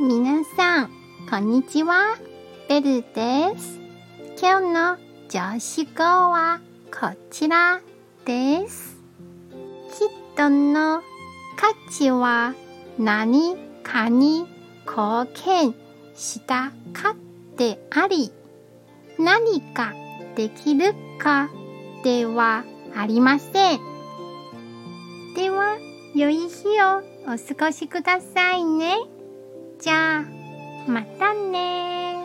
皆さん、こんにちは。ベルです。今日の上司語はこちらです。人の価値は何かに貢献したかであり、何かできるかではありません。では、良い日をお過ごしくださいね。じゃあ、またね。